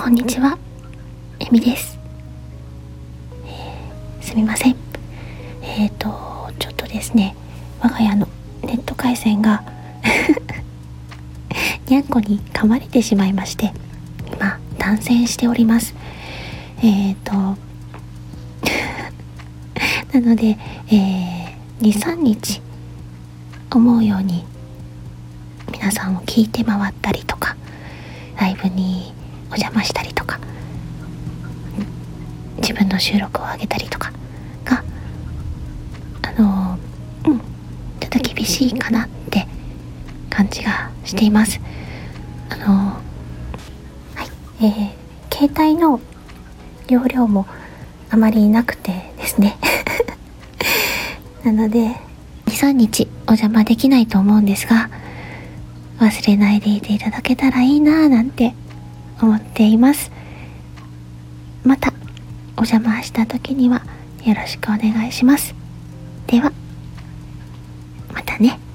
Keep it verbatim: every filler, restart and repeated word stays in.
こんにちは、えみです。えー、すみません。えーとちょっとですね、我が家のネット回線がにゃんこに噛まれてしまいまして、今断線しております。えーとなので、えー、にさんにち思うように皆さんを聞いて回ったりとか、ライブにお邪魔したりとか、自分の収録を上げたりとかがあのー、うんちょっと厳しいかなって感じがしています。あのー、はい、えー、携帯の容量もあまりなくてですねなのでにさんにちお邪魔できないと思うんですが、忘れないでいていただけたらいいなぁなんて思っています。またお邪魔した時にはよろしくお願いします。ではまたね。